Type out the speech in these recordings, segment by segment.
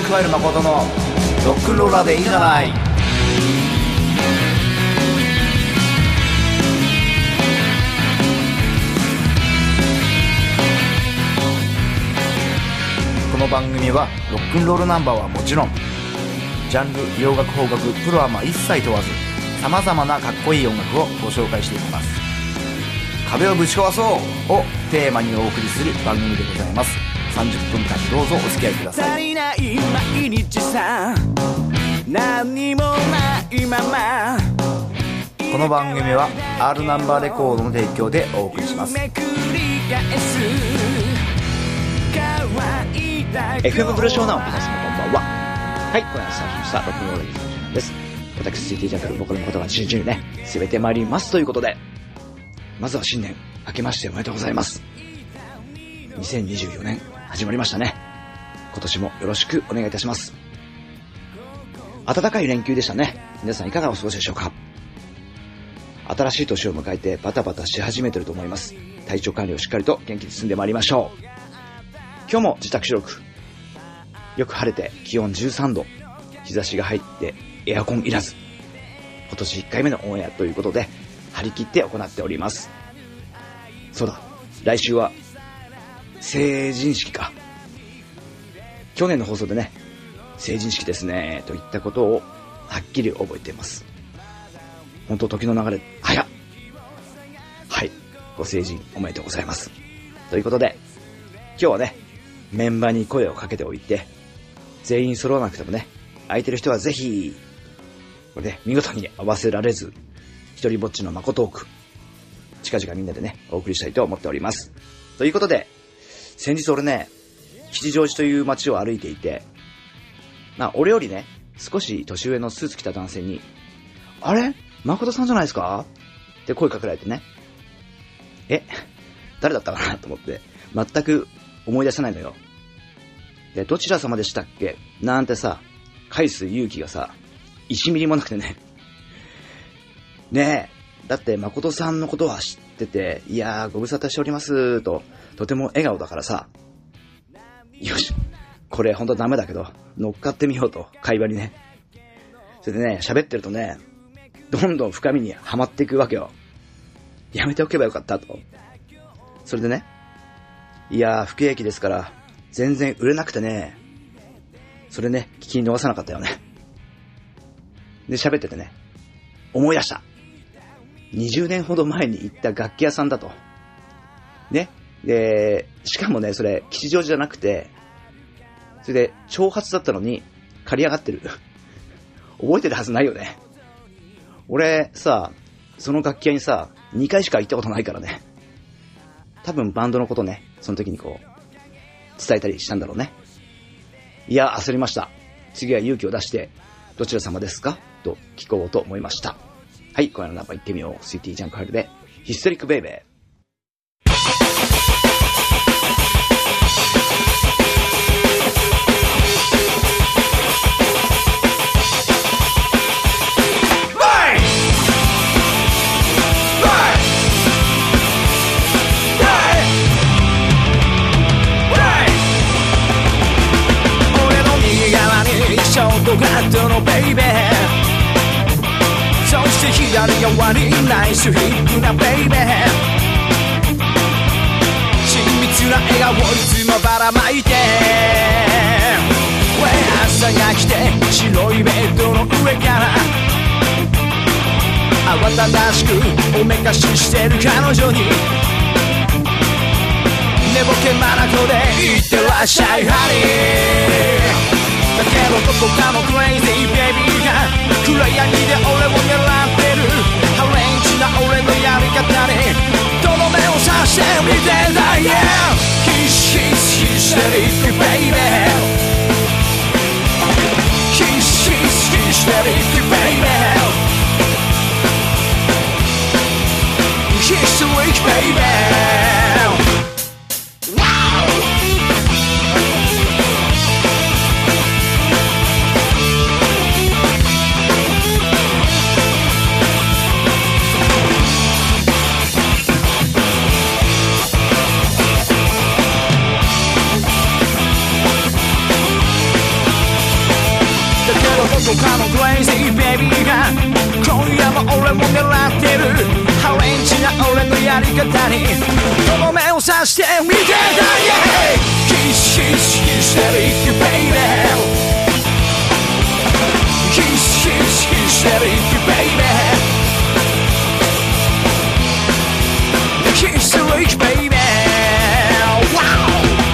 加える誠のロックンローラーでいいじゃない。この番組はロックンロールナンバーはもちろん、ジャンル、洋楽、邦楽、プロアマ一切問わず、様々なかっこいい音楽をご紹介していきます。壁をぶち壊そうをテーマにお送りする番組でございます。30分間どうぞお付き合いください。 足りない毎日さ、何もないまま。 この番組は R ナンバーレコードの提供でお送りします。 FM ブルー湘南を皆様こんばんは。はい、今夜スタートしましたロックンロールの時間です。私 CT ジャングルボーカルのことが順々ね進めてまいりますということで、まずは新年明けましておめでとうございます。2024年始まりましたね。今年もよろしくお願いいたします。暖かい連休でしたね。皆さんいかがお過ごしでしょうか。新しい年を迎えてバタバタし始めてると思います。体調管理をしっかりと元気に進んでまいりましょう。今日も自宅収録、よく晴れて気温13度、日差しが入ってエアコンいらず、今年1回目のオンエアということで張り切って行っております。そうだ、来週は成人式か。去年の放送でね、成人式ですねといったことをはっきり覚えています。本当時の流れ早っ。はい、ご成人おめでとうございます。ということで今日はね、メンバーに声をかけておいて、全員揃わなくてもね、空いてる人はぜひこれね、見事に合わせられず一人ぼっちのマコトーク、近々みんなでねお送りしたいと思っております。ということで、先日俺ね、吉祥寺という街を歩いていて、俺よりね少し年上のスーツ着た男性に、あれ誠さんじゃないですかって声かけられてね、誰だったかなと思って全く思い出せないのよ。で、どちら様でしたっけなんてさ返す勇気がさ1ミリもなくてね。ねえ、だって誠さんのことは知ってて、いやーご無沙汰しておりますととても笑顔だからさ、よしこれほんとダメだけど乗っかってみようと会話にね。それでね、喋ってるとね、どんどん深みにはまっていくわけよ。やめておけばよかったと。それでね、いやー不景気ですから全然売れなくてね、それね聞き逃さなかったよね。で喋っててね、思い出した。20年ほど前に行った楽器屋さんだとね。でしかもね、それ吉祥寺じゃなくて、それで長髪だったのに刈り上がってる覚えてるはずないよね。俺さ、その楽器屋にさ2回しか行ったことないからね。多分バンドのことね、その時にこう伝えたりしたんだろうね。いや焦りました。次は勇気を出して、どちら様ですかと聞こうと思いました。はい、今夜のナンバー行ってみよう。スイーティージャンクハルでヒストリックベイベー。 ショートカットのベイベー、そして左側にナイスヒップなベイベー、親密な笑顔をいつもばらまいて、朝が来て白いベッドの上から慌ただしくおめかししてる彼女に、寝ぼけ眼で言ってらっしゃいハニー。だけどどこかのクレイジーベイビーが暗闇で俺を狙ってる。ハレンチな俺のやり方にとどめを刺してみてんだ、yeah。 ヒスヒスヒステリックベイベー、ヒスヒスヒステリックベイベー、ヒステリックベイベー。 Crazy baby が今夜も俺も狙ってるハレンチな俺のやり方にとどめを刺してみてだよ Kiss Kiss Hysteric baby Kiss Kiss Hysteric baby Hysteric baby Wow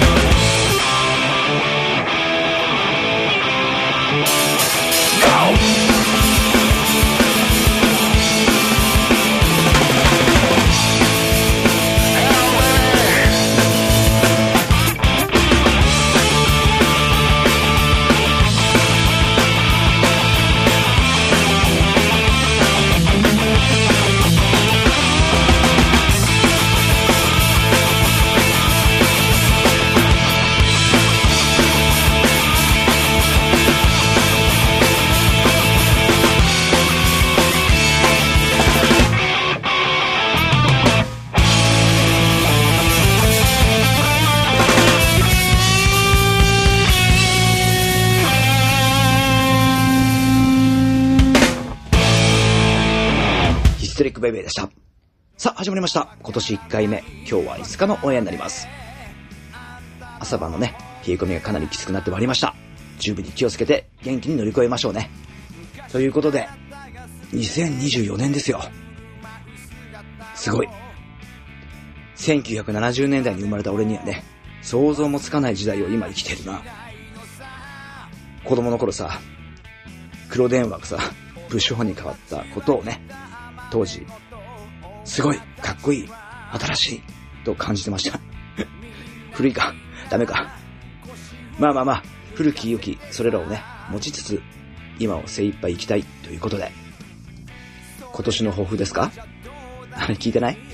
ヒステリックベイベーでした。さあ始まりました。今年1回目、今日は5日のオンエアになります。朝晩のね、冷え込みがかなりきつくなってまいりました。十分に気をつけて元気に乗り越えましょうね。ということで、2024年ですよ。すごい。1970年代に生まれた俺にはね、想像もつかない時代を今生きているな。子供の頃さ、黒電話がさ、プッシュホンに変わったことをね、当時すごいかっこいい新しいと感じてました古いかダメかまあ古き良きそれらをね持ちつつ今を精一杯生きたいということで、今年の抱負ですか聞いてない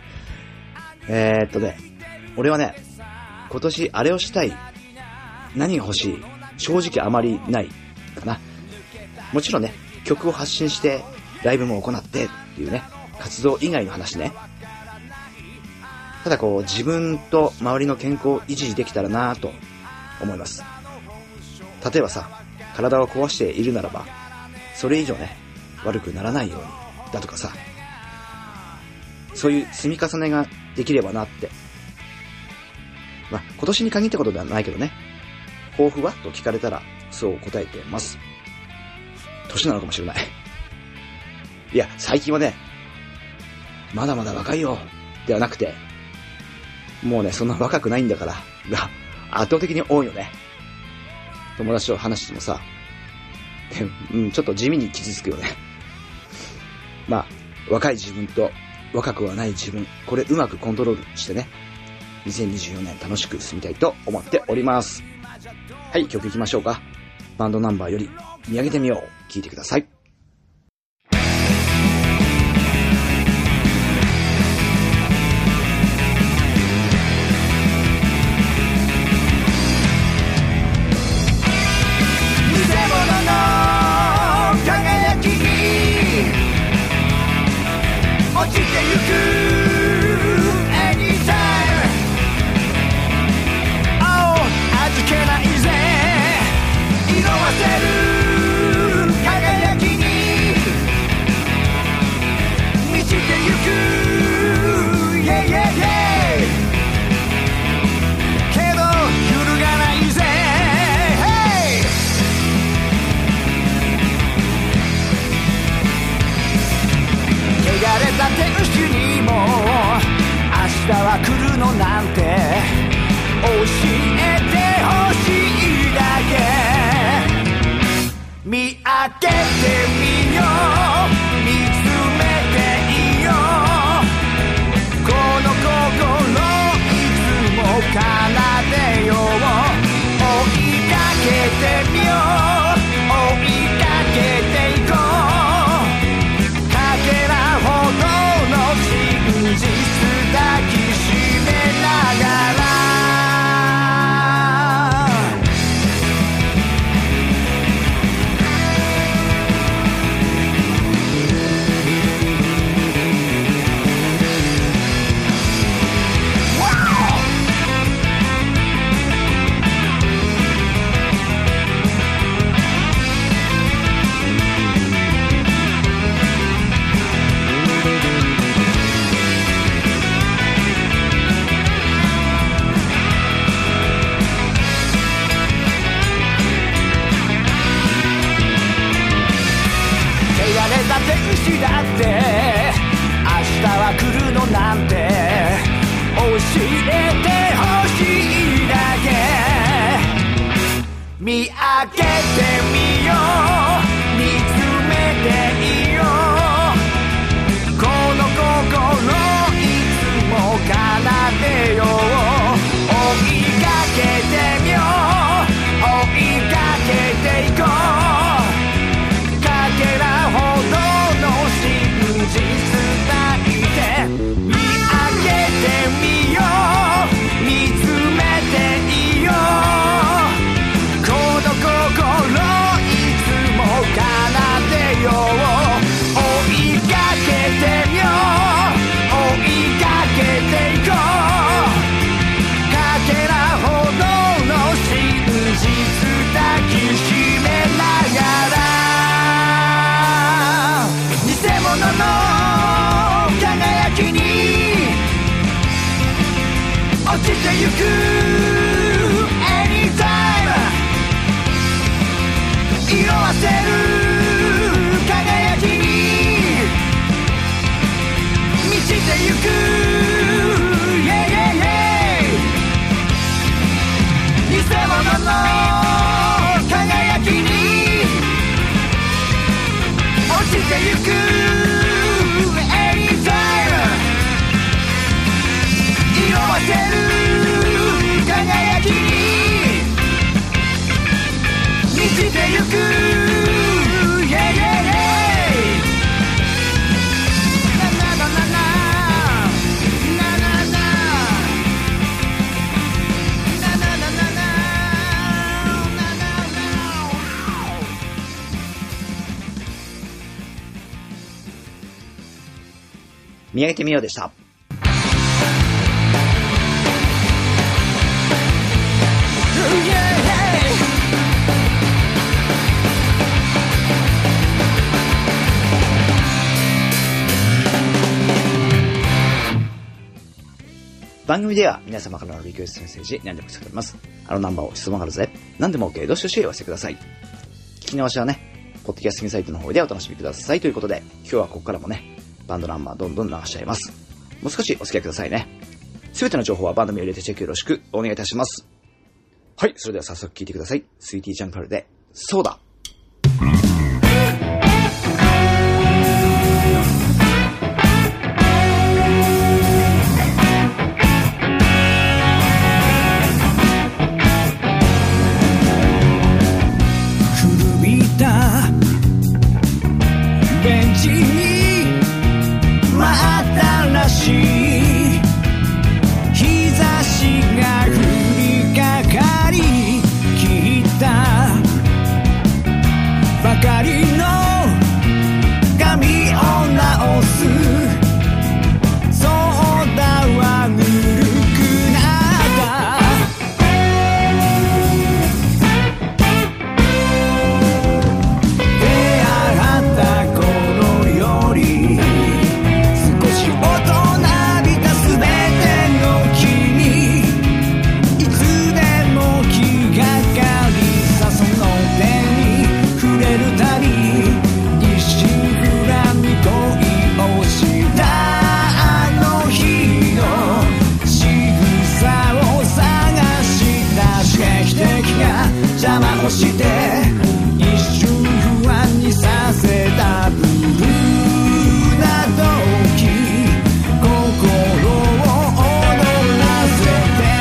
俺はね今年あれをしたい何が欲しい正直あまりないかな。もちろんね曲を発信してライブも行ってっていうね活動以外の話ね。ただこう自分と周りの健康を維持できたらなぁと思います。例えばさ、体を壊しているならばそれ以上ね悪くならないようにだとかさ、そういう積み重ねができればなって。今年に限ったことではないけどね、抱負はと聞かれたらそう答えてます。年なのかもしれない。いや最近はねまだまだ若いよではなくて、もうねそんな若くないんだからが圧倒的に多いよね。友達と話してもさ、ちょっと地味に傷つくよね。若い自分と若くはない自分、これうまくコントロールしてね2024年楽しく進みたいと思っております。はい、曲いきましょうか。バンドナンバーより見上げてみよう、聴いてください。 落ちてゆく Anytime Oh 味気ないぜ色あせる輝きに満ちてゆく Yeah yeah yeah けど揺るがないぜ Hey 汚れた手牛にも明日は来るのなんて教えてほしいだけ。見上げてみよう、見つめていよう、この心いつも奏でよう、追いかけてみよう、追いかけていこう、かけらほどの真実抱きしめながら開けてみよう、見つめていよう、この心いつも奏でよう、追いかけてみよう、追いかけていこう、かけらほどの真実抱いて、見上げてみよう、見つめていよう、この心いつも奏でよう、追いかけてみよう、追いかけていこう、かけらほどの真実抱きしめながら、偽物の輝きに落ちてゆく Anytime 色あせる輝きに満ちてゆく Yeah yeah yeah 偽物の輝きに落ちてゆく Anytime 色あせる輝きに満ちてゆく Yeah yeah yeah なななななななななななななな見上げてみようでした。番組では皆様からのリクエストメッセージ何でもしております。あのナンバーを質問があるぜ。何でも OK。どしどしお寄せください。聞き直しはね、ポッドキャスティングサイトの方でお楽しみくださいということで、今日はここからもね、バンドナンバーどんどん流しちゃいます。もう少しお付き合いくださいね。すべての情報はバンド名を入れてチェックよろしくお願いいたします。はい、それでは早速聞いてください。スイーティージャンカルで、そうだ。 ベンチに真新しい日差しが降りかかりきったばかりの髪を直す、そうだわぬるくなった邪魔をして一瞬不安にさせたブルーな時、心を踊らせて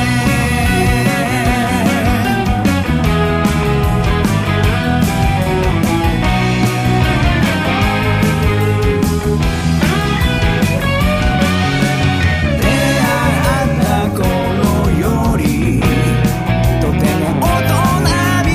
出会った頃よりとても大人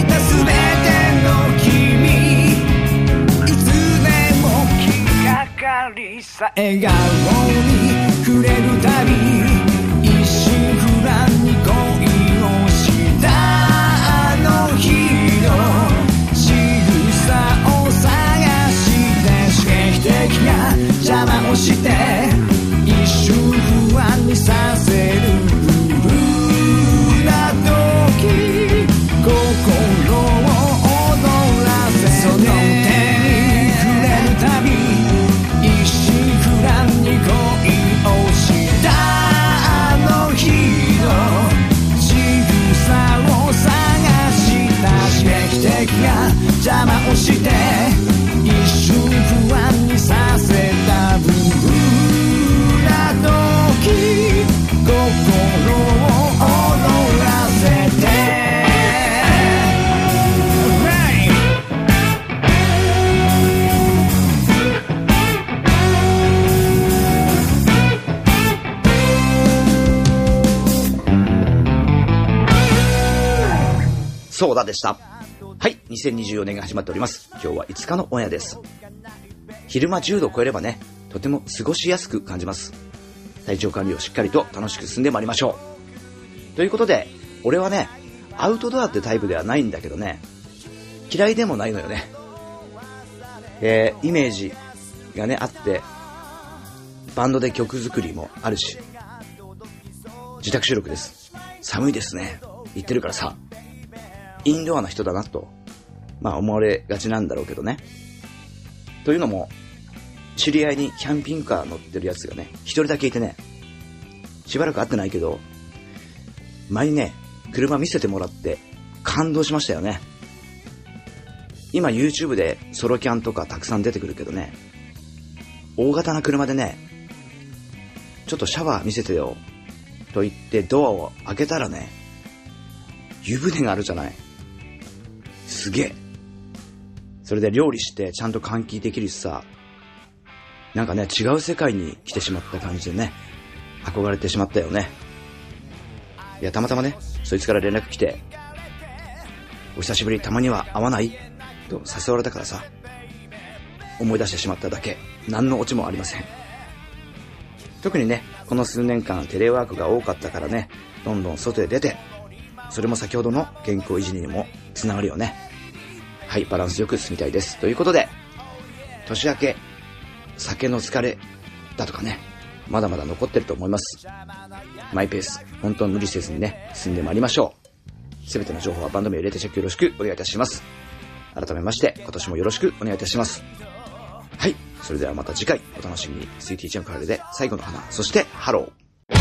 笑顔に触れるたび一心不乱に恋をしたあの日の仕草を探して刺激的な邪魔をして一瞬不安にさせるブルーな時、心を踊らせてその手に触れるたび一心不乱に恋をしたあの日の仕草を探した刺激的そうだでした。はい、2024年が始まっております。今日は5日のオンエアです。昼間10度を超えればね、とても過ごしやすく感じます。体調管理をしっかりと楽しく進んでまいりましょう。ということで、俺はね、アウトドアってタイプではないんだけどね、嫌いでもないのよね。イメージがね、あって、バンドで曲作りもあるし、自宅収録です。寒いですね。言ってるからさ、インドアな人だなと、思われがちなんだろうけどね。というのも、知り合いにキャンピングカー乗ってるやつがね、一人だけいてね、しばらく会ってないけど、前にね、車見せてもらって感動しましたよね。今 YouTube でソロキャンとかたくさん出てくるけどね、大型な車でね、ちょっとシャワー見せてよと言ってドアを開けたらね、湯船があるじゃない。すげえ。それで料理してちゃんと換気できるしさ、なんかね、違う世界に来てしまった感じでね、憧れてしまったよね。いや、たまたまね、そいつから連絡来て、お久しぶり、たまには会わないと誘われたからさ、思い出してしまっただけ。何のオチもありません。特にね、この数年間テレワークが多かったからね、どんどん外へ出て、それも先ほどの健康維持にもつながるよね。はい、バランスよく進みたいです。ということで、年明け、酒の疲れだとかね、まだまだ残ってると思います。マイペース、本当に無理せずにね、進んでまいりましょう。すべての情報はバンド名を入れてチェックよろしくお願いいたします。改めまして、今年もよろしくお願いいたします。はい、それではまた次回お楽しみに。スイーティーチャンカレーで最後の花、そしてハロー。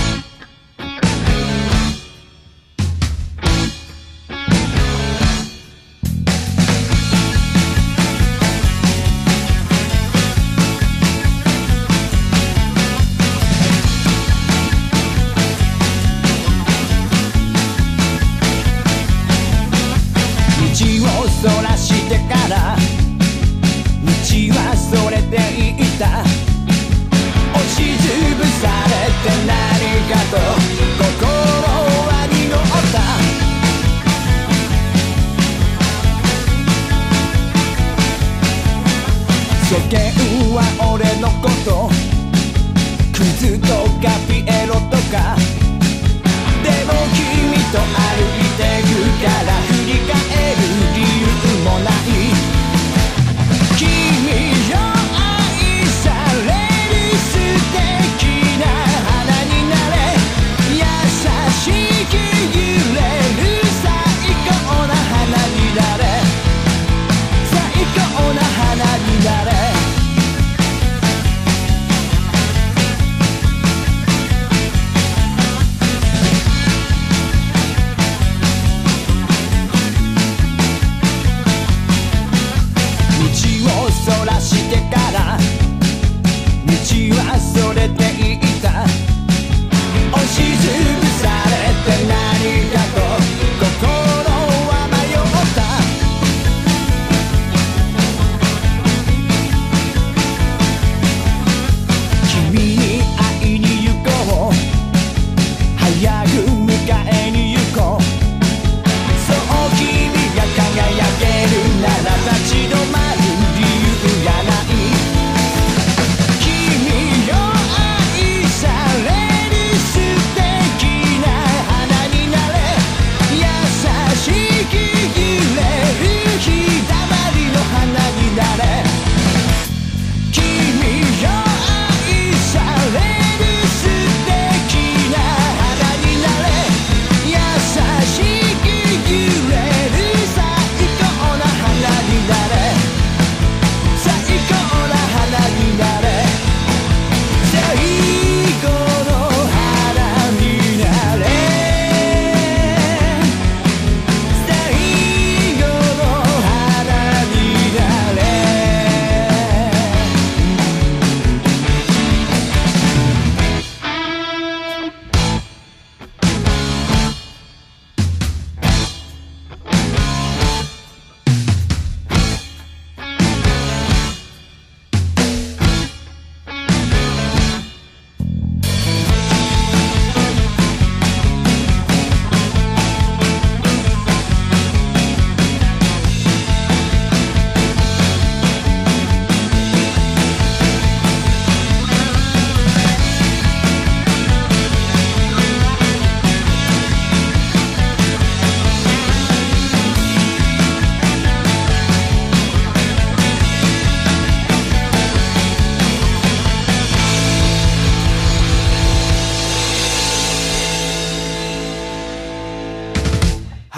そらしてから道はそれていた。押しつぶされて何かと心は濁った。世間は俺のことクズとかピエロとか、でも君と歩いてくから振り返る理由もない。君よ愛される素敵な花になれ。優しく揺れる最高な花になれ。最高な花になれ。そらしてから道はそれていた。押しつぶされて何かと心は迷った。君に会いに行こう。早く迎えに行こう。そう君が輝けるなら立ち止まる理由がない。君よ愛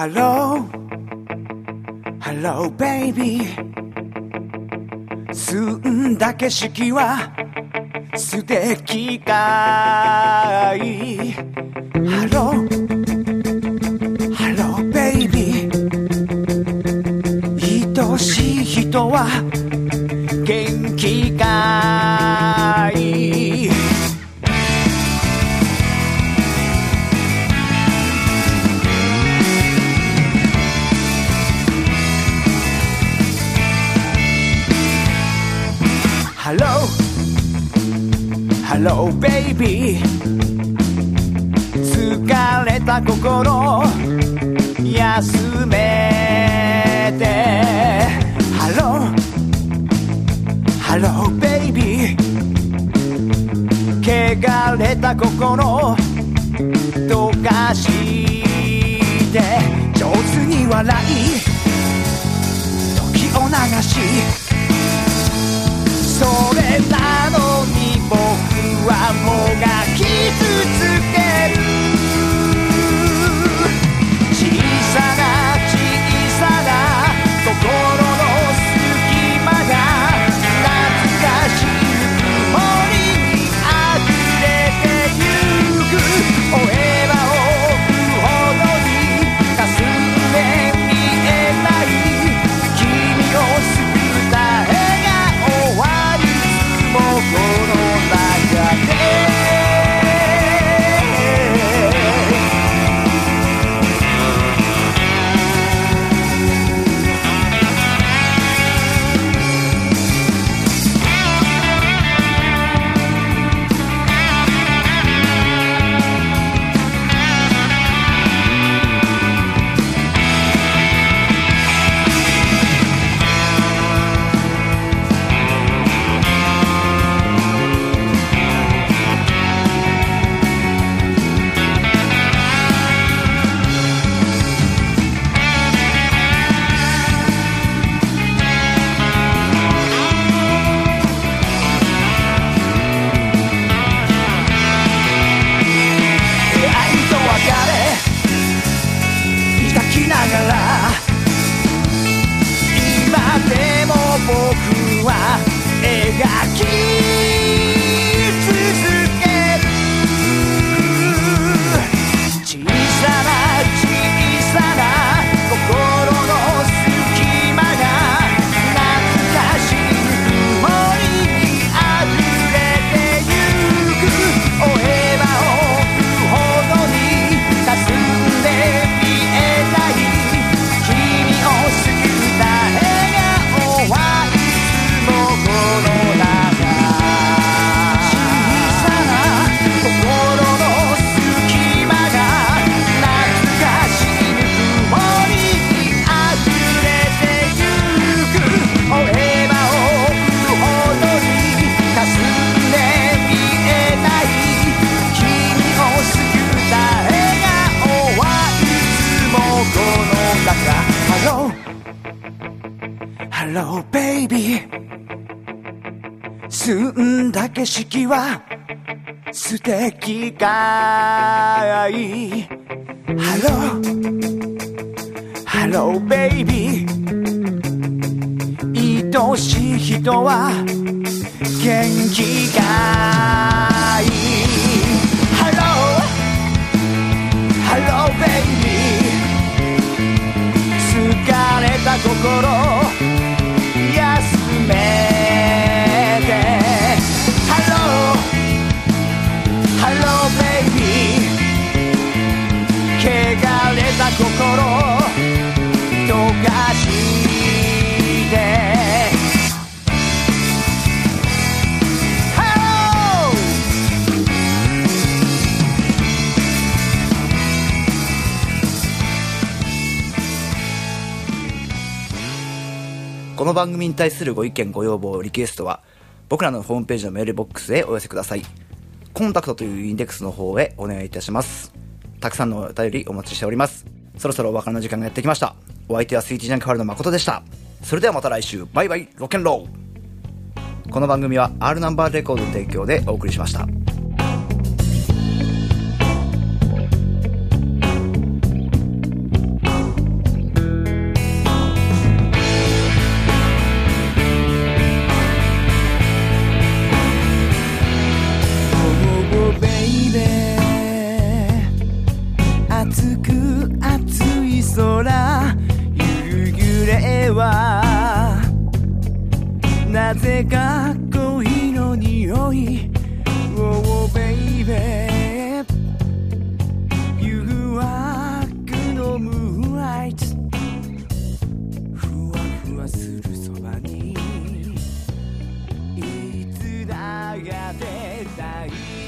Hello Hello baby 澄んだ景色は素敵かい Hello Hello baby 愛しい人は元気かい Hello Hello baby 疲れた心休めて Hello Hello baby 汚れた心溶かして上手に笑い時を流しそれなのに僕はもがき続ける小さな小さな心の隙間が懐かしい曇りにあふれてゆく追えば追うほどに霞んで見えない君を救った笑顔はいつもこの中でHello baby 澄んだ景色は素敵かい Hello Hello baby 愛しい人は元気かい Hello Hello baby 疲れた心休めて Hello Hello baby 汚れた心溶かしてこの番組に対するご意見ご要望リクエストは僕らのホームページのメールボックスへお寄せください。コンタクトというインデックスの方へお願いいたします。たくさんのお便りお待ちしております。そろそろお別れの時間がやってきました。お相手はスイーティージャンクワールド誠でした。それではまた来週、バイバイロケンロー。この番組は R ナンバーレコードの提供でお送りしました。 イベー熱く熱い空夕暮れはなぜか恋の匂い Oh baby 誘惑のムーンライトふわふわするそばにいつだがってたい